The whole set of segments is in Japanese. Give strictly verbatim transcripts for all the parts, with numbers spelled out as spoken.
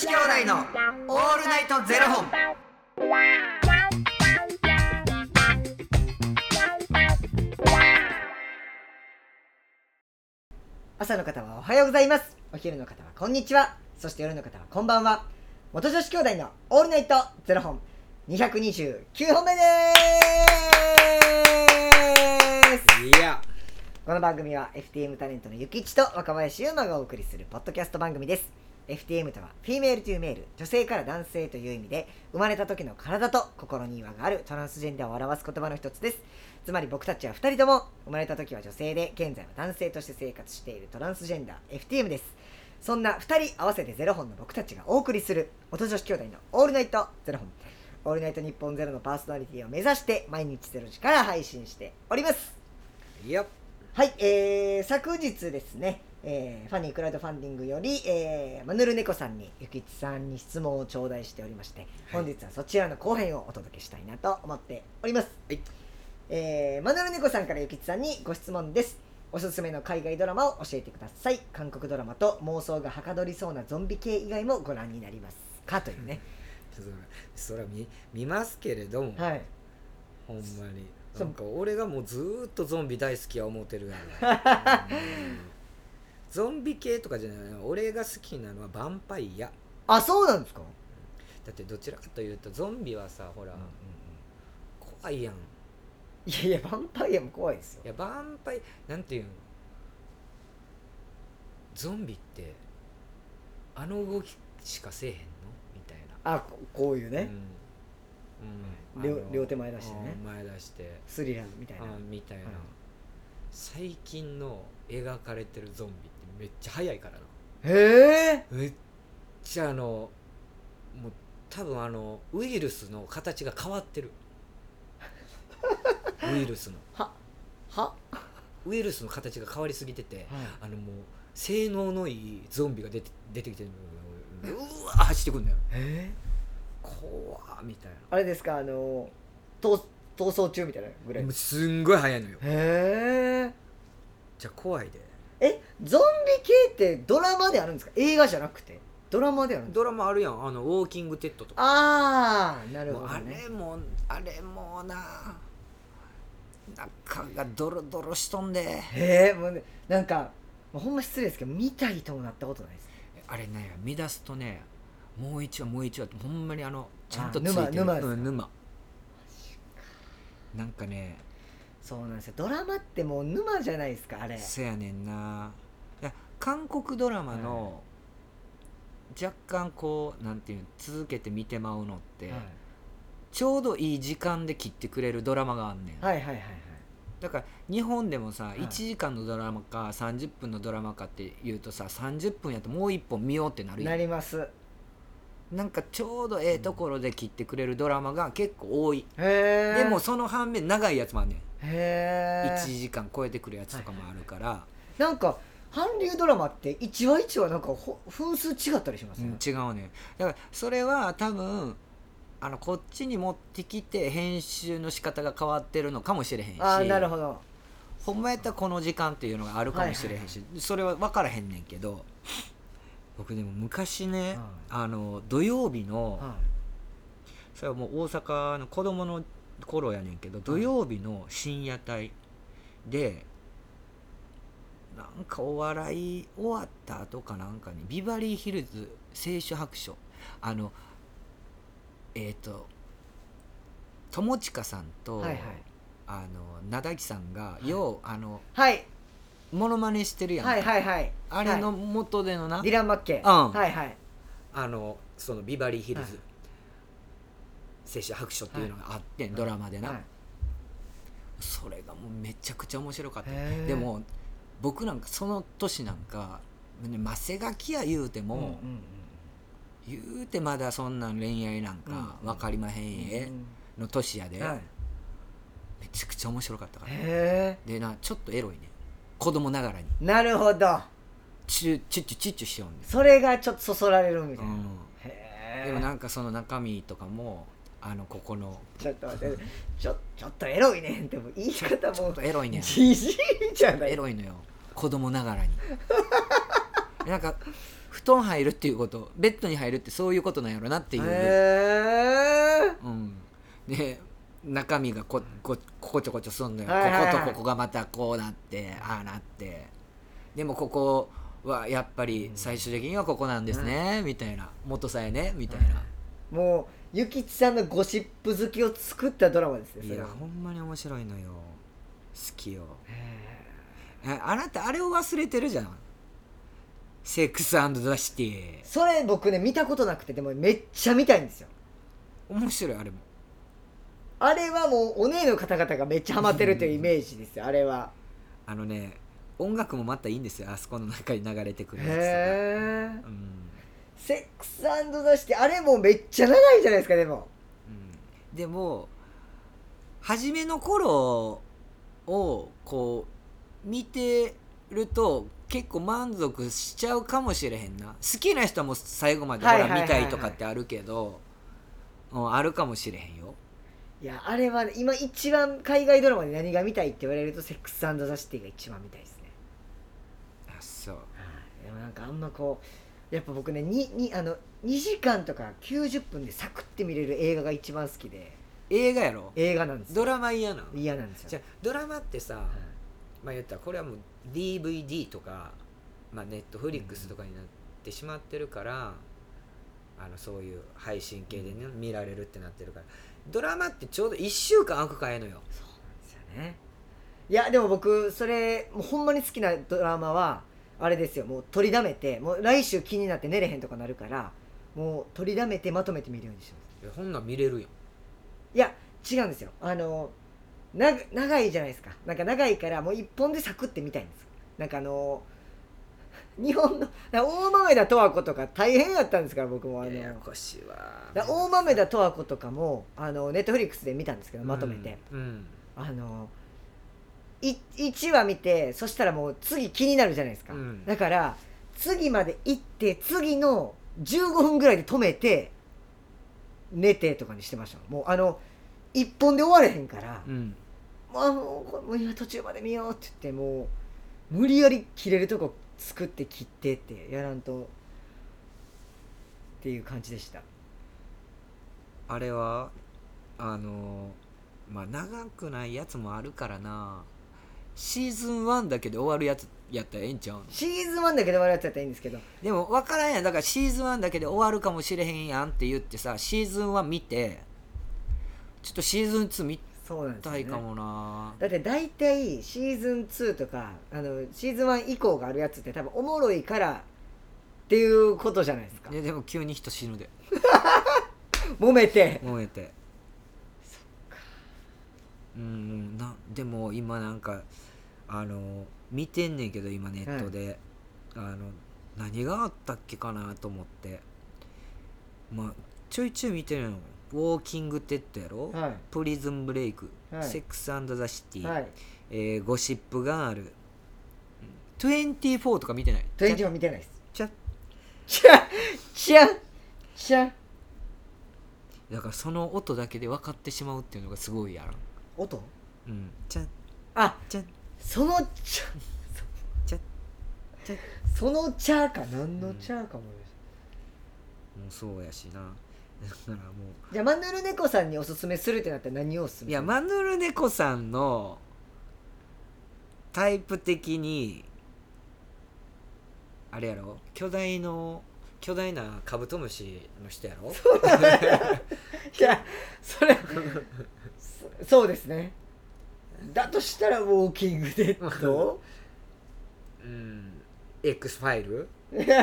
子兄弟のオールナイトゼロ本。 朝の方はおはようございます。お昼の方はこんにちは。そして夜の方はこんばんは。元女子兄弟のオールナイトゼロ本にひゃくにじゅうきゅうほんめです。 いや、 この番組は エフティーエム タレントのゆきちと若林優馬がお送りするポッドキャスト番組です。 エフティーエム とはフィメールトゥーメール、女性から男性という意味で、生まれた時の体と心に違和があるトランスジェンダーを表す言葉の一つです。つまり僕たちはふたりとも生まれた時は女性で、現在は男性として生活しているトランスジェンダー エフティーエム です。そんなふたり合わせてゼロ本の僕たちがお送りする元女子兄弟のオールナイトゼロ本、オールナイト日本ゼロのパーソナリティを目指して毎日ゼロ時から配信しております。 いや、 はい、えー、昨日ですね、えー、ファニークラウドファンディングより、えー、マヌルネコさんにゆきちさんに質問を頂戴しておりまして、本日はそちらの後編をお届けしたいなと思っております。はい、えー、マヌルネコさんからゆきちさんにご質問です。おすすめの海外ドラマを教えてください。韓国ドラマと妄想がはかどりそうなゾンビ系以外もご覧になりますか、というね。 それは 見, 見ますけれども、はい、ほんまになんか俺がもうずーっとゾンビ大好きは思ってるやんゾンビ系とかじゃない、俺が好きなのはヴァンパイア。 あ、そうなんですか。 だってどちらかというとゾンビはさ、ほら、うんうんうん、怖いやん。 いやいや、ヴァンパイアも怖いですよ。 いや、ヴァンパイなんていうの、ゾンビってあの動きしかせえへんのみたいな。 あ、こ, こういうね、 うんうん、 両, 両手前出してね、 前出してスリラーみたいなみたいな、 うん、 最近の描かれてるゾンビってめっちゃ速いからな。 へえ。 めっちゃあのもう多分あのウイルスの形が変わってるウイルスのははウイルスの形が変わりすぎてて、はい、あのもう性能のいいゾンビが出て出てきてる、うわー走ってくんだよ。 えー、怖ーみたいな。 あれですか、あの逃逃走中みたいなぐらい。 すんごい速いのよ。 へえ。 じゃあ怖いで。 え、ゾンビ系ってドラマであるんですか、映画じゃなくてドラマであるんですか。 ドラマあるやん、あのウォーキングテッドとか。 ああ、なるほど、ね、 あれもあれもな、中がドロドロしとんで。 へえ、もうね、なんかもうほんま失礼ですけど見たいともなったことないです。 あれね、見出すとね、もう一話もう一話ってほんまにあのちゃんとついてる。 沼沼、 うん、沼なんかね、 そうなんですよ、ドラマってもう沼じゃないですか、あれ。 そやねんな。いや、韓国ドラマの若干こうなんていうの、続けて見てまうのって、はい、ちょうどいい時間で切ってくれるドラマがあんねん。 はいはいはいはい。 だから日本でもさ、はい、いちじかんのドラマかさんじゅっぷんのドラマかっていうとさ、さんじゅっぷんやともういっぽん見ようってなるやん。 なります。 なんかちょうどええところで切ってくれるドラマが結構多い。 へー。 でもその反面長いやつもあんねん。 へー。 いちじかん超えてくるやつとかもあるから、はいはい、 なんか韓流ドラマっていちわいちわなんか分数違ったりしますね、 うん、違うね。だからそれは多分あのこっちに持ってきて編集の仕方が変わってるのかもしれへんし。 あ、なるほど。 ほんまやったらこの時間っていうのがあるかもしれへんし、はいはいはい、それは分からへんねんけど、僕でも昔ね、はい、あの土曜日の、はい、それはもう大阪の子供の頃やねんけど、土曜日の深夜帯でなんかお笑い終わった後かなんかにビバリーヒルズ青春白書、あのえっ、ー、と友近さんと、はいはい、あの名滝さんが、はい、ようあの、 はい、 モノマネしてるやん、 はいはいはい、 あれの元でのな、 ディラン・マッケー、 うん、 はいはい、 あのそのビバリーヒルズ、はい、青春白書っていうのがあって、はい、ドラマでな、はい、それがもうめちゃくちゃ面白かった。でも僕なんかその年なんかマセガキや言うても、うんうんうん、言うてまだそんなん恋愛なんか分かりまへんえ、うんうん、の年やで、はい、めちゃくちゃ面白かったから。へでな、ちょっとエロいね、子供ながらに。 なるほど。 チュッチュッチュッチュッチュしようんで、 それがちょっとそそられるみたいな、うん、 へでもなんかその中身とかもあのここのちょっと待ってちょ、ちょっとエロいねんっても言い方もちょっとエロいねん、 じじいじゃない、 エロいのよ、子供ながらになんか布団入るっていうこと、ベッドに入るってそういうことなんやろなっていう、 へー、 うん、で中身が こ, こ, ここちょこちょすんのよ、 はいはいはい、 こことここがまたこうなってああなって、でもここはやっぱり最終的にはここなんですね、うん、みたいな、元さえねみたいな、 うん、もうゆきちさんのゴシップ好きを作ったドラマですね。それいやほんまに面白いのよ、好きよ。あなたあれを忘れてるじゃん、セックス&ザ・シティ。 それ僕ね見たことなくて、でもめっちゃ見たいんですよ。 面白い、あれも。 あれはもうお姉の方々がめっちゃハマってるというイメージですよあれは。 あのね、音楽もまたいいんですよ、あそこの中に流れてくるやつ。へえ、うん、セックス&ザ・シティ、あれもめっちゃ長いじゃないですか。でも、 うん、でも初めの頃をこう見てると結構満足しちゃうかもしれへんな。好きな人はもう最後までほら見たいとかってあるけど、うん、あるかもしれへんよ。 いやあれは、ね、今一番海外ドラマで何が見たいって言われるとセックス&ザ・シティが一番見たいですね。 あ、そう。 でもなんかあんまこうやっぱ僕ね に, に, あのにじかんとかきゅうじゅっぷんでサクッて見れる映画が一番好きで。 映画やろ。 映画なんですよ。 ドラマ嫌なの。 嫌なんですよ。 じゃあドラマってさ、うん、まあ言ったらこれはもう ディーブイディー とか、まあ、ネットフリックスとかになってしまってるから、うん、あのそういう配信系で、ね、うん、見られるってなってるから、ドラマってちょうどいっしゅうかん空くかええのよ。 そうなんですよね。いやでも僕それもうほんまに好きなドラマはあれですよ。もう取りだめて、もう来週気になって寝れへんとかなるから、もう取りだめてまとめて見るようにしてます。 いや、ほんなん見れるよ。 いや違うんですよ。あのな長いじゃないですか。なんか長いからもう一本でサクって見たいんです。なんかあの日本の大豆田十和子とか大変やったんですから、僕もあのややこしいわ。 大豆田十和子とかもあのネットフリックスで見たんですけど、まとめて、 うんうん、 あのいいちわ見て、そしたらもう次気になるじゃないですか、うん、だから次まで行って次のじゅうごふんぐらいで止めて寝てとかにしてました。もうあのいっぽんで終われへんから、うん、もうもう今途中まで見ようって言って、もう無理やり切れるとこ作って切ってってやらんとっていう感じでした。 あれはあのまあ長くないやつもあるからな。シーズンワンだけで終わるやつやったらええんちゃうの。 シーズンワンだけで終わるやつやったらいいんですけど、 でも分からんやん。だからシーズンワンだけで終わるかもしれへんやんって言ってさ、シーズンワン見てちょっとシーズンツー見たいかもな。 だって大体シーズンツーとかあのシーズンワン以降があるやつって多分おもろいからっていうことじゃないですか。 いやでも急に人死ぬで揉めて揉めてそっか。うんな。でも今なんかあの見てんねんけど今ネットで、はい、あの何があったっけかなと思って、まあちょいちょい見てるの。ウォーキングテッドやろ、はい、プリズンブレイク、はい、セックス&ザ・シティ、はい、えー、ゴシップガール、にじゅうよんとか見てない？ にじゅうよんは見てないです。 ちゃちゃちゃちゃだからその音だけで分かってしまうっていうのがすごいやらん。 音？ うん。ちゃあちゃそのちゃちゃちゃそのちゃか何のちゃかも、 うん、もうそうやしな。だからもうじゃあマヌルネコさんにおすすめするってなったら何をおすすめする？ いやマヌルネコさんのタイプ的にあれやろ、巨大の巨大なカブトムシの人やろ。 いやそれそ, そうですね。だとしたらウォーキングデッドうん X ファイル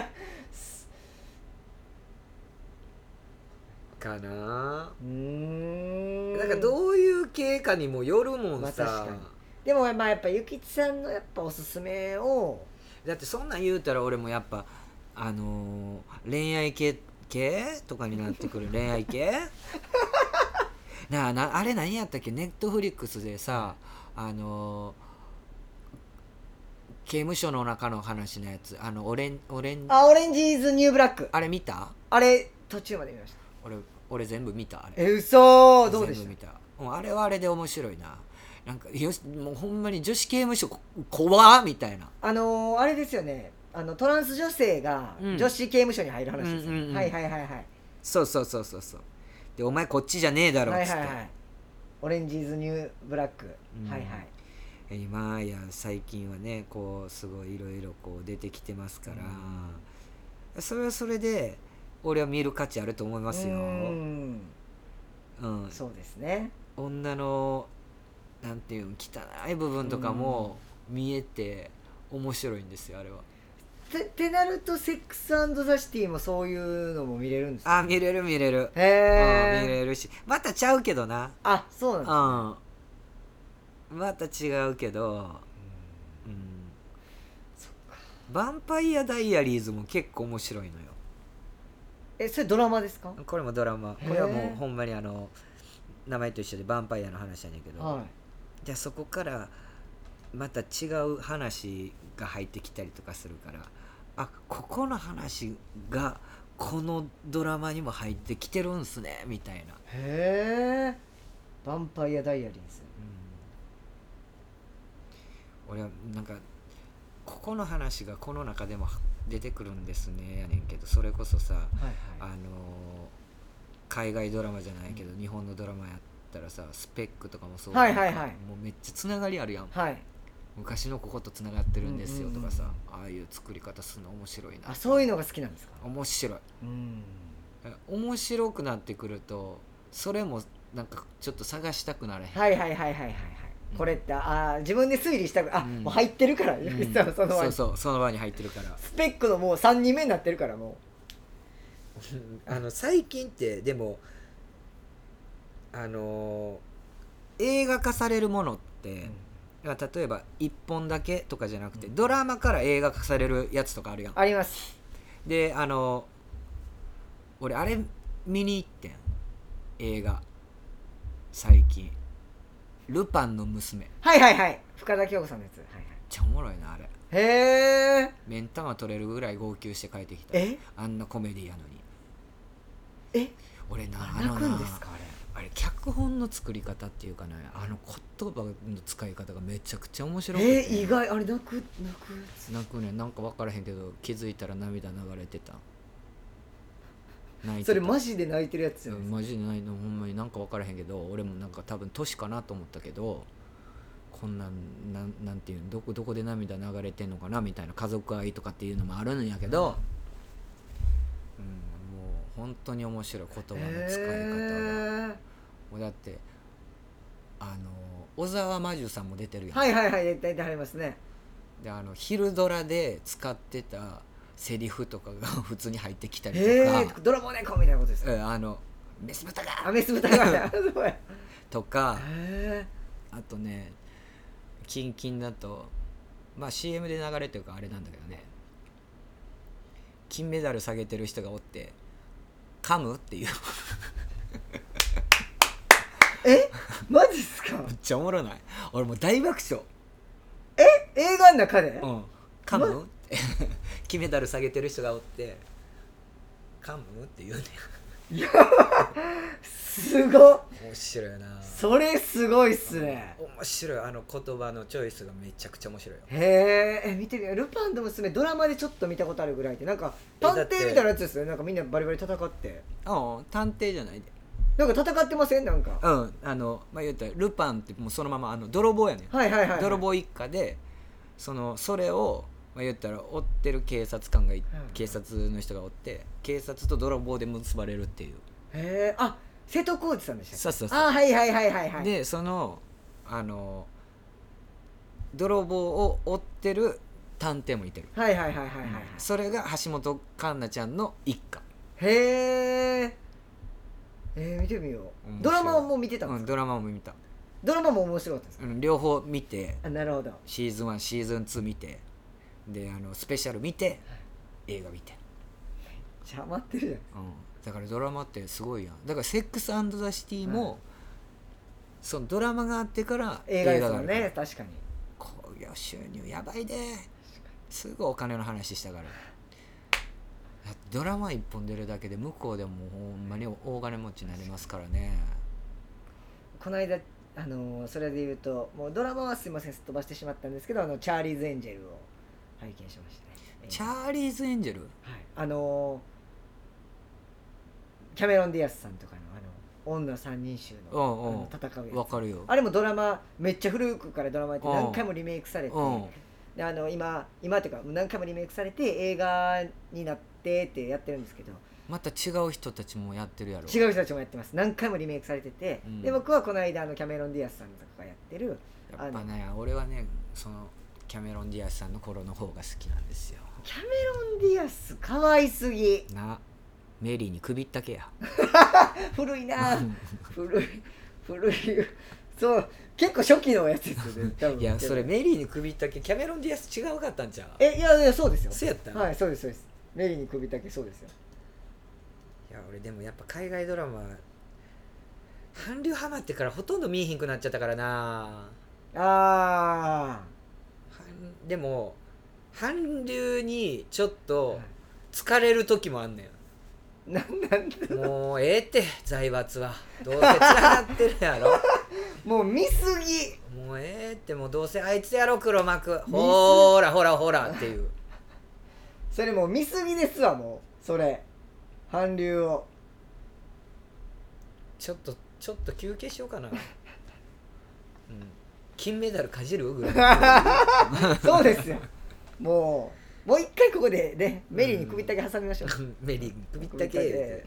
かな。うーん、なんかどういう経過にもよるもんさ、まあ、確かに。 でもまあやっぱゆきちさんのやっぱおすすめを、 だってそんなん言うたら俺もやっぱあのー、恋愛系系とかになってくる。恋愛系なあなあれ何やったっけ、ネットフリックスでさ、あのー、刑務所の中の話のやつ、あのオレンオレンあオレンジーズニューブラック、 あれ見た？ あれ途中まで見ました。 俺俺全部見た。あれえ嘘どうでした？ 全部見た。もうあれはあれで面白いな。なんかよしもうほんまに女子刑務所怖っみたいな。 あのー、あれですよね、 あのトランス女性が女子刑務所に入る話ですよ、 うんうんうん、 はいはいはいはいそうそうそうそうそうでお前こっちじゃねえだろっつって、はいはいはい、 オレンジーズニューブラック、うん、はいはい今や最近はねこうすごいいろいろこう出てきてますから、うん、それはそれで俺は見る価値あると思いますよ。うん、 うん、そうですね。 女のなんていうの汚い部分とかも見えて面白いんですよあれは。 て, てなるとセックス&ザシティもそういうのも見れるんですか？ あ見れる見れるへー、 うん、見れるしまたちゃうけどな。 あそうなんですね、 うん、また違うけど、うんうん、そっか。ヴァンパイアダイアリーズも結構面白いのよ。 えそれドラマですか？ これもドラマ。これはもうほんまにあの名前と一緒でヴァンパイアの話やねんけど、はい、じゃあそこからまた違う話が入ってきたりとかするから、あここの話がこのドラマにも入ってきてるんすねみたいな。 へえヴァンパイアダイアリーズ、 うん、俺はなんかここの話がこの中でも出てくるんですねやねんけど、それこそさ、はいはい、あの海外ドラマじゃないけど、うん、日本のドラマやったらさスペックとかもそうだ、はいはいはい、もうめっちゃつながりあるやん、はい、昔のこことつながってるんですよとかさ、うんうんうん、ああいう作り方するの面白いな。 あそういうのが好きなんですか？ 面白い、うん、面白くなってくるとそれもなんかちょっと探したくなれへん。はいはいはいはいはいはい、うん、 これってあ自分で推理したくあ、うん、もう入ってるから、うん、その場にそうそうその場に入ってるからスペックのもうさんにんめになってるからもうあの最近ってでもあのー、映画化されるものって、うん、例えばいっぽんだけとかじゃなくて、うん、ドラマから映画化されるやつとかあるやん。 あります。 であの俺あれ見に行ってん映画最近ルパンの娘。 はいはいはい深田恭子さんのやつ、はいはい、めっちゃおもろいなあれ。 へえ目ん玉取れるぐらい号泣して帰ってきた。 えあんなコメディやのに。 え俺なあのな泣くんですかあれ。 あれ脚本の作り方っていうかねあの言葉の使い方がめちゃくちゃ面白くて、 えー、意外あれ泣く泣く泣くね。なんか分からへんけど気づいたら涙流れてた。 泣いてた。それマジで泣いてるやつじゃないですか。 マジで泣いてほんまになんか分からへんけど俺もなんか多分年かなと思ったけどこんなんなん、なんていうのどこどこで涙流れてんのかなみたいな家族愛とかっていうのもあるんやけど、うん、もう本当に面白い言葉の使い方が。もうだってあの小沢真珠さんも出てるやん。 はいはいはい出てはりますね。 であの昼ドラで使ってたセリフとかが普通に入ってきたりとか、 泥棒猫みたいなことですか？ あのメス豚があメス豚がとかあとねキンキンだとまあ シーエム で流れてるからあれなんだけどね金メダル下げてる人がおって噛むっていうえマジっすか？ めっちゃおもろない？俺もう大爆笑。 え映画の中で？ うん噛むって金メダル下げてる人がおって噛むって言うねん。 いやすごっ面白いな。 それすごいっすね。 面白いあの言葉のチョイスがめちゃくちゃ面白いよ。 へえ見てみよう。ルパンの娘ドラマでちょっと見たことあるぐらいでなんか探偵みたいなやつですよね。なんかみんなバリバリ戦ってああ探偵じゃないでなんか戦ってません？なんかうんあのまあ言ったらルパンってもうそのままあの泥棒やねん。 はいはいはい、はい、 泥棒一家でそのそれをまあ言ったら追ってる警察官がい、うん、警察の人が追って警察と泥棒で結ばれるっていう。 へえあ瀬戸康史さんでしたっけ？ そうそうそう。 あはいはいはいはいはい。 でそのあの泥棒を追ってる探偵もいてる。 はいはいはいはいはい、はい、 それが橋本環奈ちゃんの一家。 へええー、見てみよう。ドラマも見てたんですか？ うん、ドラマも見た。 ドラマも面白かったですか？ うん、両方見て。 あなるほど。 シーズンワンシーズンツー見てであのスペシャル見て映画見て。 めっちゃハマってるじゃん、うん、 だからドラマってすごいやん。だからセックス&ザシティも、はい、そのドラマがあってから映画ですもんね。確かに興行収入やばいですぐお金の話したからドラマ一本出るだけで向こうでもほんまに大金持ちになりますからね。 この間あのー、それで言うともうドラマはすいませんすっ飛ばしてしまったんですけどあのチャーリーズ・エンジェルを拝見しましたね、えー、 チャーリーズ・エンジェル、 はい、あのー、キャメロン・ディアスさんとかのあの女三人衆 の, うんうん、 あの戦うやつ、 わかるよ。 あれもドラマめっちゃ古くからドラマやって何回もリメイクされて、であの 今, 今っていうか何回もリメイクされて映画になってってやってるんですけど、 また違う人たちもやってるやろ。 違う人たちもやってます。何回もリメイクされてて、うん、で僕はこの間あのキャメロン・ディアスさんとかがやってる、 やっぱね、俺はねそのキャメロン・ディアスさんの頃の方が好きなんですよ。 キャメロン・ディアスかわいすぎな、メリーに首ったけや古いな古い古いそう結構初期のやつですよね多分。 いやそれメリーに首ったけ、キャメロン・ディアス違うかったんちゃう。 えいやいやそうですよ。 そうやった。 はいそうですそうです。メリーに首ったけそうですよ。 いや俺でもやっぱ海外ドラマ韓流ハマってからほとんど見えひんくなっちゃったからなあ。でも韓流にちょっと疲れる時もあんねん。 なんなんだもうええって財閥はどうせつながってるやろもう見すぎ。 もうええってもうどうせあいつやろ黒幕ほーらほらほらっていう。 それもう見すぎですわ。もうそれ韓流をちょっとちょっと休憩しようかな、うん、金メダルかじるぐらいそうですよ。もうもう一回ここでねメリーに首ったけ挟みましょう、うん、 メリーに首ったけ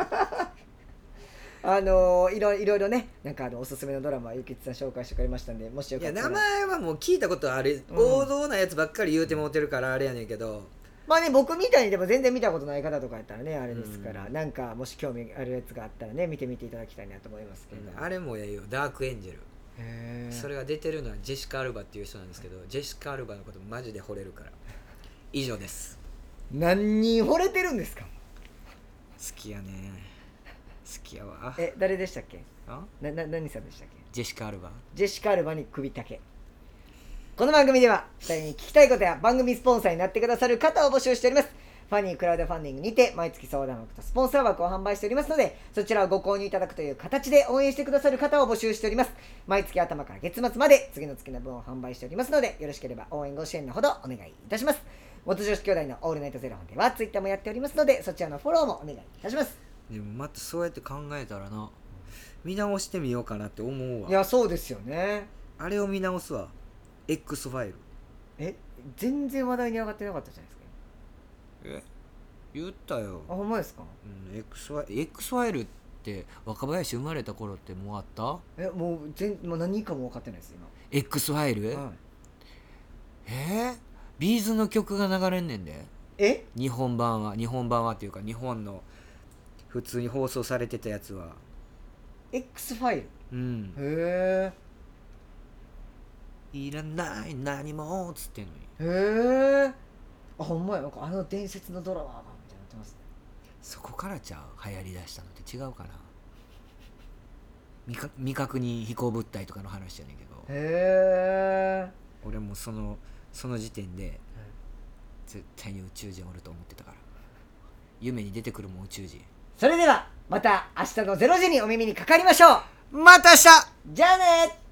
あのー、いろいろいろねなんかあのおすすめのドラマゆきつさん紹介してくれましたんで、もしよかったら。 いや名前はもう聞いたことある、うん、王道なやつばっかり言うてもうてるからあれやねんけど、 まあね僕みたいにでも全然見たことない方とかやったらねあれですから、うん、なんかもし興味あるやつがあったらね見てみていただきたいなと思いますけど、 うん、あれもええよダークエンジェル。へそれが出てるのはジェシカ・アルバっていう人なんですけど、ジェシカ・アルバのことマジで惚れるから。以上です。 何人惚れてるんですか。好きやね好きやわ。 え誰でしたっけ。 あなな何さんでしたっけ。 ジェシカ・アルバ。 ジェシカ・アルバに首丈。この番組ではふたりに聞きたいことや番組スポンサーになってくださる方を募集しております。ファニークラウドファンディングにて毎月相談枠とスポンサー枠を販売しておりますので、そちらをご購入いただくという形で応援してくださる方を募集しております。毎月頭から月末まで次の月の分を販売しておりますので、よろしければ応援ご支援のほどお願いいたします。元女子兄弟のオールナイトゼロ本ではツイッターもやっておりますので、そちらのフォローもお願いいたします。 でもまたそうやって考えたらな、見直してみようかなって思うわ。 いやそうですよね。 あれを見直すわ。 X ファイル。 え全然話題に上がってなかったじゃないですか。 え言ったよ。 あほんまですか。 うん、X ファイル、X ファイルって若林生まれた頃ってもうあった？ えもう全もう何かも分かってないです今。 X ファイル？はい、えー、ビーズの曲が流れんねんで。 え？ 日本版は日本版はっていうか日本の普通に放送されてたやつは X ファイル。 うん。 へえ。いらない何もっつってんのに。 へえ。あほんまやなんかあの伝説のドラマがみたいになってますね。 そこからちゃう流行りだしたのって違うかな。未か未確認飛行物体とかの話やねんけど。 へえ。 俺もそのその時点で、うん、絶対に宇宙人おると思ってたから。夢に出てくるもん宇宙人。 それではまた明日のゼロ時にお耳にかかりましょう。 また明日。 じゃあね。